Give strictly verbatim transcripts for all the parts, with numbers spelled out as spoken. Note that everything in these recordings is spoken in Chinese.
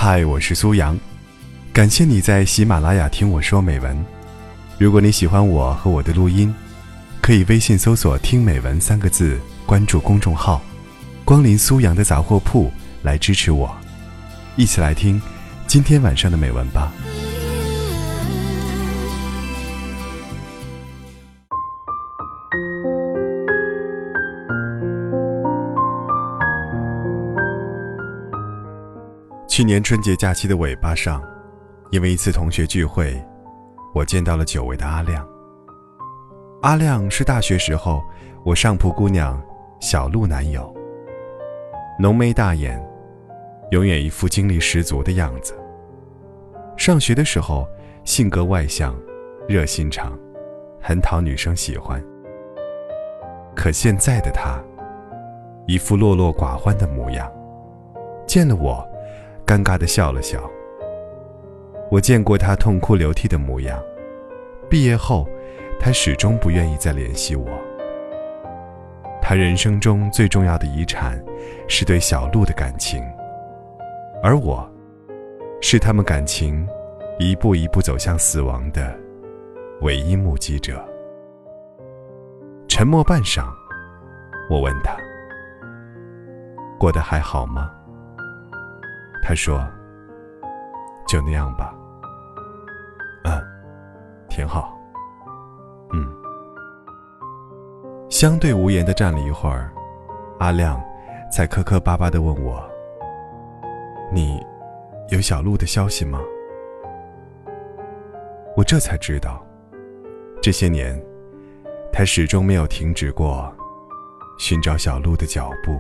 嗨，我是苏阳，感谢你在喜马拉雅听我说美文。如果你喜欢我和我的录音，可以微信搜索听美文三个字，关注公众号光临苏阳的杂货铺来支持我，一起来听今天晚上的美文吧。去年春节假期的尾巴上，因为一次同学聚会，我见到了久违的阿亮。阿亮是大学时候我上铺姑娘小鹿男友，浓眉大眼，永远一副精力十足的样子。上学的时候性格外向，热心肠，很讨女生喜欢。可现在的他一副落落寡欢的模样，见了我尴尬地笑了笑。我见过他痛哭流涕的模样，毕业后他始终不愿意再联系我。他人生中最重要的遗产是对小鹿的感情，而我是他们感情一步一步走向死亡的唯一目击者。沉默半晌，我问他过得还好吗？他说就那样吧。嗯，挺好。嗯。相对无言地站了一会儿，阿亮才磕磕巴巴地问我，你有小鹿的消息吗？我这才知道，这些年他始终没有停止过寻找小鹿的脚步。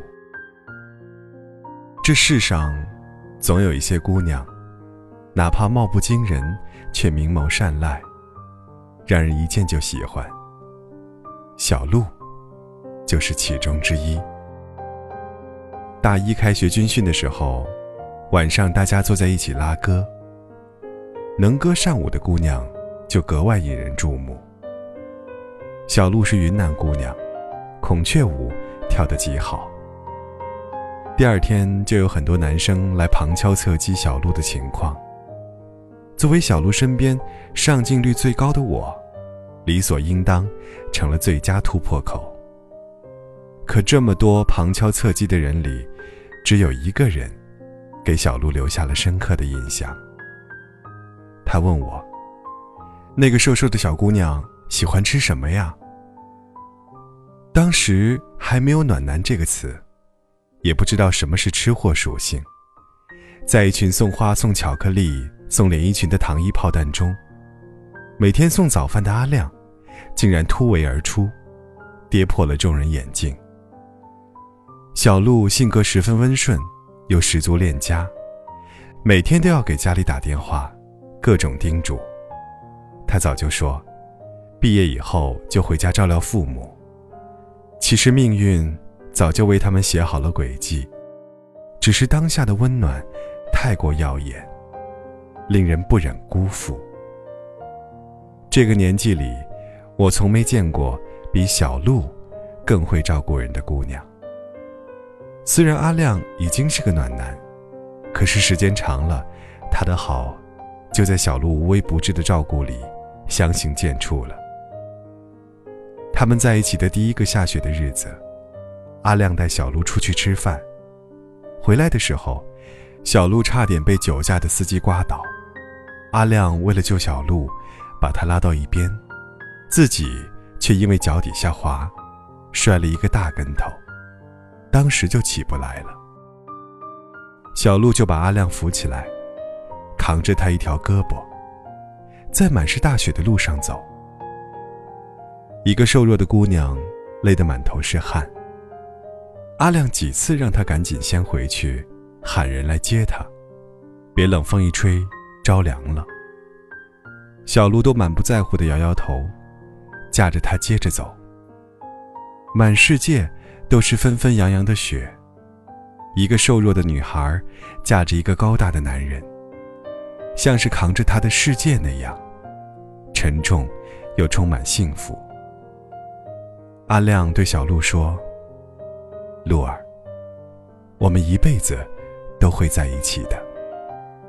这世上总有一些姑娘，哪怕貌不惊人，却明眸善睐，让人一见就喜欢。小鹿就是其中之一。大一开学军训的时候，晚上大家坐在一起拉歌，能歌善舞的姑娘就格外引人注目。小鹿是云南姑娘，孔雀舞跳得极好。第二天就有很多男生来旁敲侧击小鹿的情况。作为小鹿身边上镜率最高的我，理所应当成了最佳突破口。可这么多旁敲侧击的人里，只有一个人给小鹿留下了深刻的印象。他问我，那个瘦瘦的小姑娘喜欢吃什么呀？当时还没有暖男这个词，也不知道什么是吃货属性。在一群送花送巧克力送连衣裙的糖衣炮弹中，每天送早饭的阿亮竟然突围而出，跌破了众人眼镜。小鹿性格十分温顺，又十足恋家，每天都要给家里打电话，各种叮嘱。他早就说毕业以后就回家照料父母。其实命运早就为他们写好了轨迹，只是当下的温暖太过耀眼，令人不忍辜负。这个年纪里，我从没见过比小鹿更会照顾人的姑娘。虽然阿亮已经是个暖男，可是时间长了，他的好就在小鹿无微不至的照顾里相形见绌了。他们在一起的第一个下雪的日子，阿亮带小鹿出去吃饭，回来的时候，小鹿差点被酒驾的司机刮倒。阿亮为了救小鹿，把他拉到一边，自己却因为脚底下滑，摔了一个大跟头，当时就起不来了。小鹿就把阿亮扶起来，扛着他一条胳膊，在满是大雪的路上走。一个瘦弱的姑娘累得满头是汗，阿亮几次让她赶紧先回去，喊人来接她，别冷风一吹着凉了。小鹿都满不在乎地摇摇头，架着她接着走。满世界都是纷纷扬扬的雪，一个瘦弱的女孩架着一个高大的男人，像是扛着她的世界那样沉重又充满幸福。阿亮对小鹿说，鹿儿，我们一辈子都会在一起的。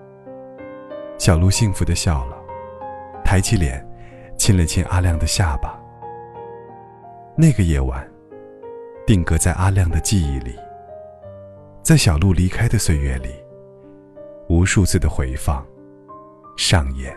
小鹿幸福地笑了，抬起脸亲了亲阿亮的下巴。那个夜晚定格在阿亮的记忆里，在小鹿离开的岁月里，无数次的回放上演。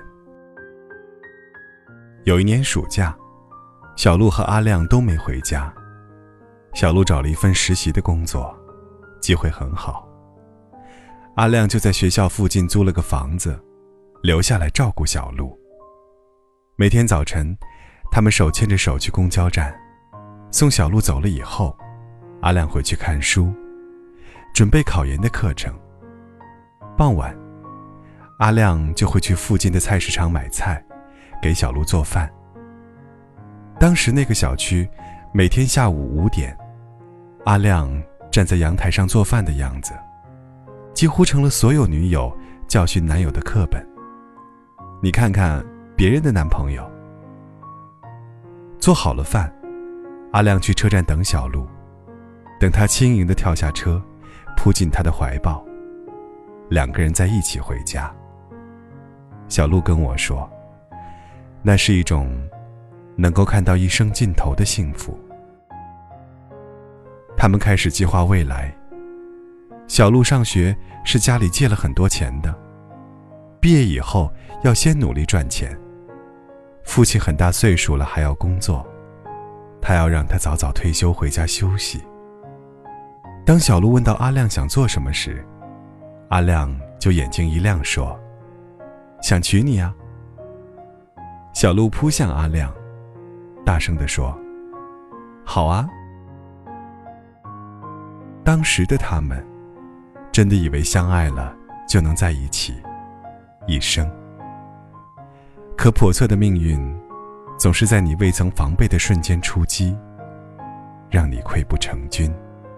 有一年暑假，小鹿和阿亮都没回家。小鹿找了一份实习的工作，机会很好。阿亮就在学校附近租了个房子，留下来照顾小鹿。每天早晨，他们手牵着手去公交站，送小鹿走了以后，阿亮回去看书，准备考研的课程。傍晚，阿亮就会去附近的菜市场买菜，给小鹿做饭。当时那个小区，每天下午五点，阿亮站在阳台上做饭的样子，几乎成了所有女友教训男友的课本。你看看别人的男朋友。做好了饭，阿亮去车站等小鹿，等他轻盈地跳下车，扑进他的怀抱，两个人在一起回家。小鹿跟我说，那是一种能够看到一生尽头的幸福。他们开始计划未来。小鹿上学是家里借了很多钱的，毕业以后要先努力赚钱。父亲很大岁数了还要工作，他要让他早早退休回家休息。当小鹿问到阿亮想做什么时，阿亮就眼睛一亮说，想娶你啊。小鹿扑向阿亮，大声地说，好啊。当时的他们真的以为相爱了就能在一起一生，可叵测的命运总是在你未曾防备的瞬间出击，让你溃不成军。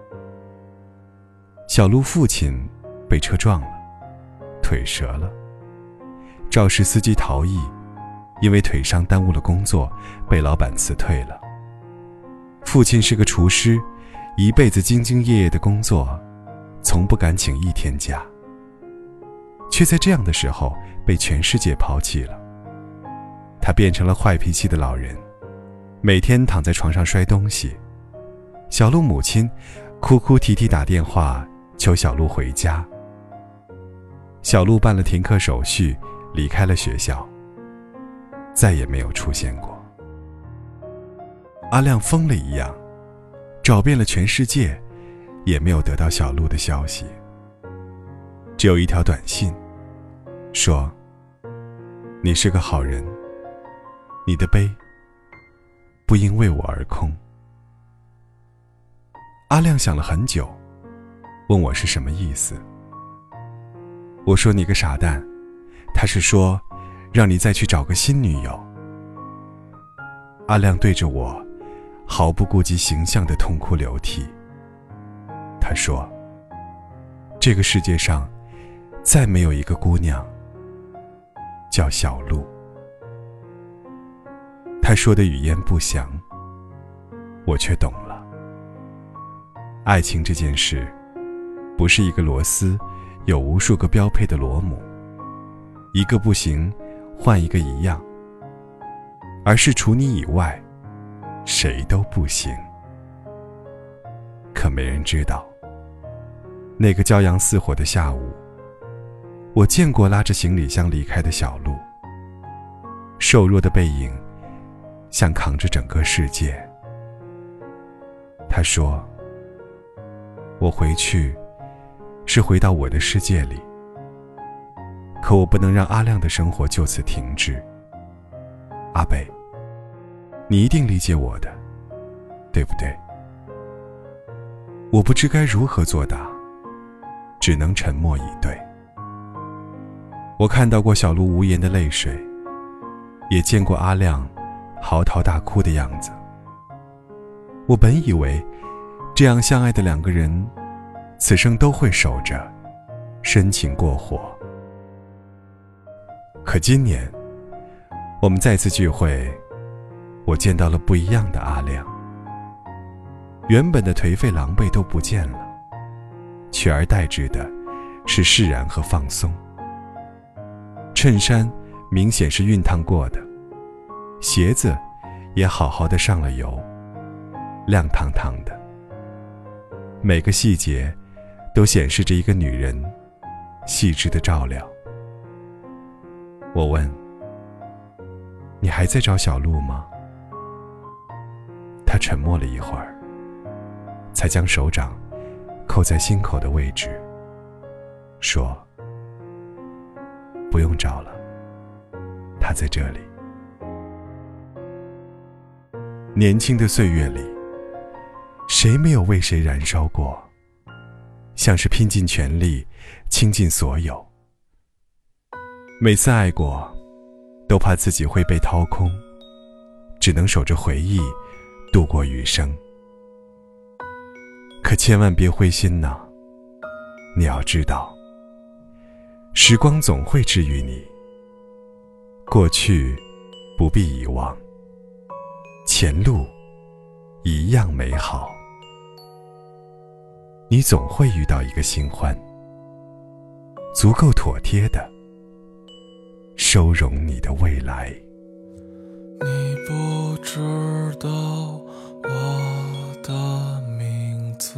小鹿父亲被车撞了，腿折了，肇事司机逃逸，因为腿伤耽误了工作，被老板辞退了。父亲是个厨师，一辈子兢兢业业的工作，从不敢请一天假，却在这样的时候被全世界抛弃了。他变成了坏脾气的老人，每天躺在床上摔东西。小鹿母亲哭哭啼啼打电话求小鹿回家。小鹿办了停课手续，离开了学校，再也没有出现过。阿亮疯了一样，找遍了全世界，也没有得到小鹿的消息。只有一条短信，说：你是个好人，你的悲不应为我而空。阿亮想了很久，问我是什么意思。我说你个傻蛋，他是说让你再去找个新女友。阿亮对着我毫不顾及形象地痛哭流涕。他说，这个世界上再没有一个姑娘叫小鹿。他说的语焉不详，我却懂了。爱情这件事，不是一个螺丝有无数个标配的螺母，一个不行换一个一样，而是除你以外谁都不行。可没人知道，那个骄阳似火的下午，我见过拉着行李箱离开的小鹿，瘦弱的背影像扛着整个世界。他说，我回去是回到我的世界里，可我不能让阿亮的生活就此停滞。阿北，你一定理解我的，对不对？我不知该如何作答，只能沉默以对。我看到过小鹿无言的泪水，也见过阿亮嚎啕大哭的样子。我本以为这样相爱的两个人此生都会守着深情过活，可今年我们再次聚会，我见到了不一样的阿亮。原本的颓废狼狈都不见了，取而代之的是释然和放松。 衬衫明显是熨烫过的，鞋子也好好的上了油，亮堂堂的。每个细节都显示着一个女人细致的照料。我问：你还在找小鹿吗？他沉默了一会儿，才将手掌扣在心口的位置，说：不用找了，他在这里。年轻的岁月里，谁没有为谁燃烧过，像是拼尽全力，倾尽所有。每次爱过，都怕自己会被掏空，只能守着回忆度过余生。可千万别灰心呐，你要知道，时光总会治愈你，过去不必遗忘，前路一样美好。你总会遇到一个新欢，足够妥帖的收容你的未来。 你不知道我的名字，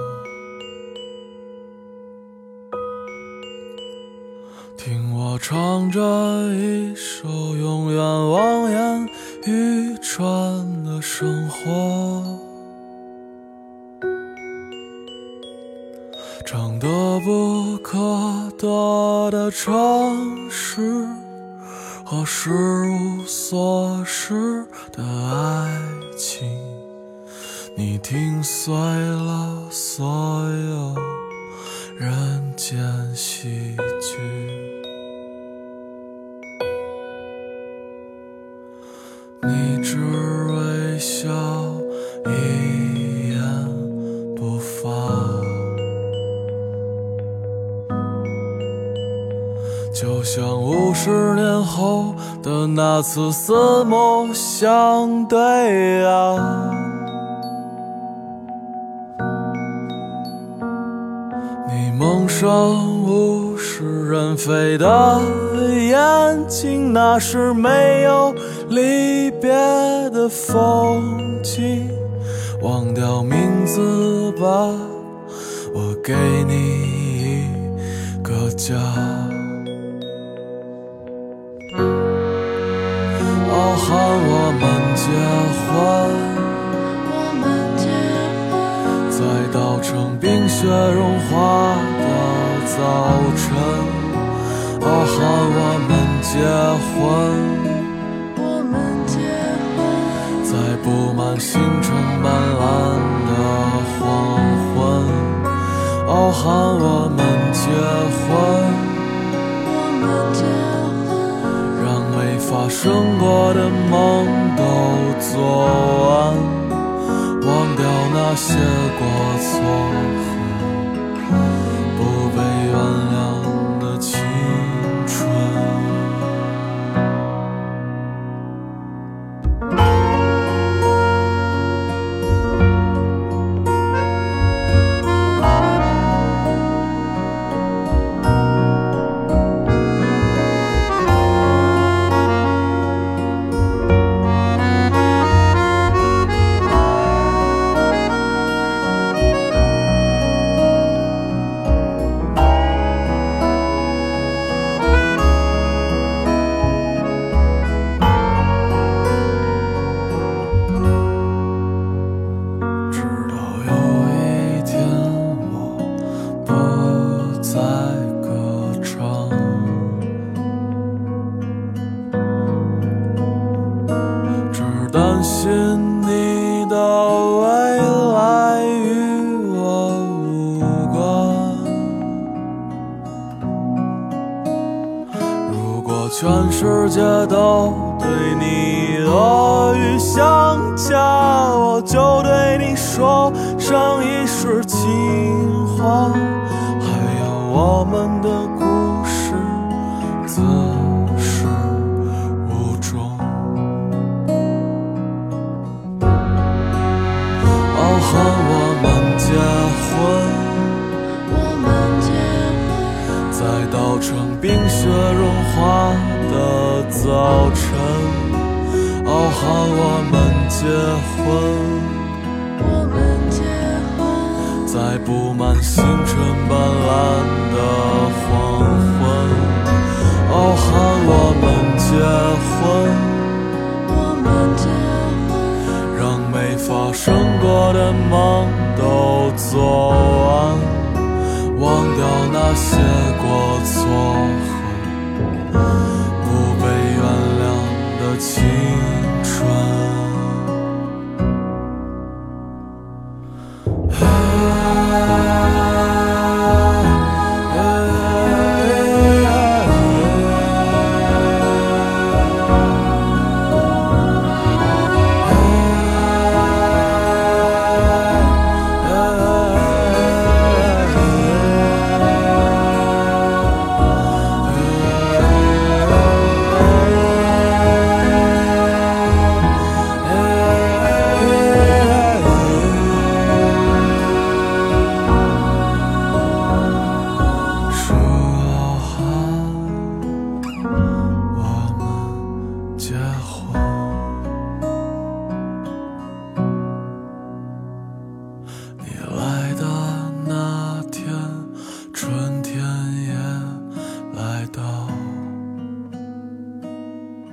听我唱着一首永远望眼欲穿的生活，唱得不可得的城市和事无所失的爱情，你听碎了所有人间喜剧。你只微笑一言不发，就像五十年后的那次四目相对啊，你蒙上物是人非的眼睛，那是没有离别的风景。忘掉名字吧，我给你一个家。傲寒我们结婚， 我们结婚， 在稻城冰雪融化的早晨。傲寒我们结婚， 我们结婚， 在布满星辰斑斓的黄昏。傲寒我们结婚， 我们结婚， 让没发生过的梦都做完，忘掉那些过错和不被原谅的青春。担心你的未来与我无关。如果全世界都对你恶语相加，我就对你说声一世情话。还有我们的故事自始无终。傲寒我们结婚， 我们结婚， 在在稻城冰雪融化的早晨，傲喊我们结婚， 我们结婚， 在布满星辰斑斓的黄昏，傲喊我们结婚， 我们结婚， 让没发生过的梦都做完，忘掉那些过错和不被原谅的青春。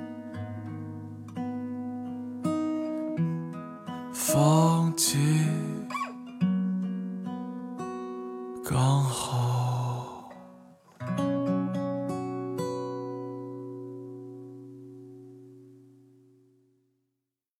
风景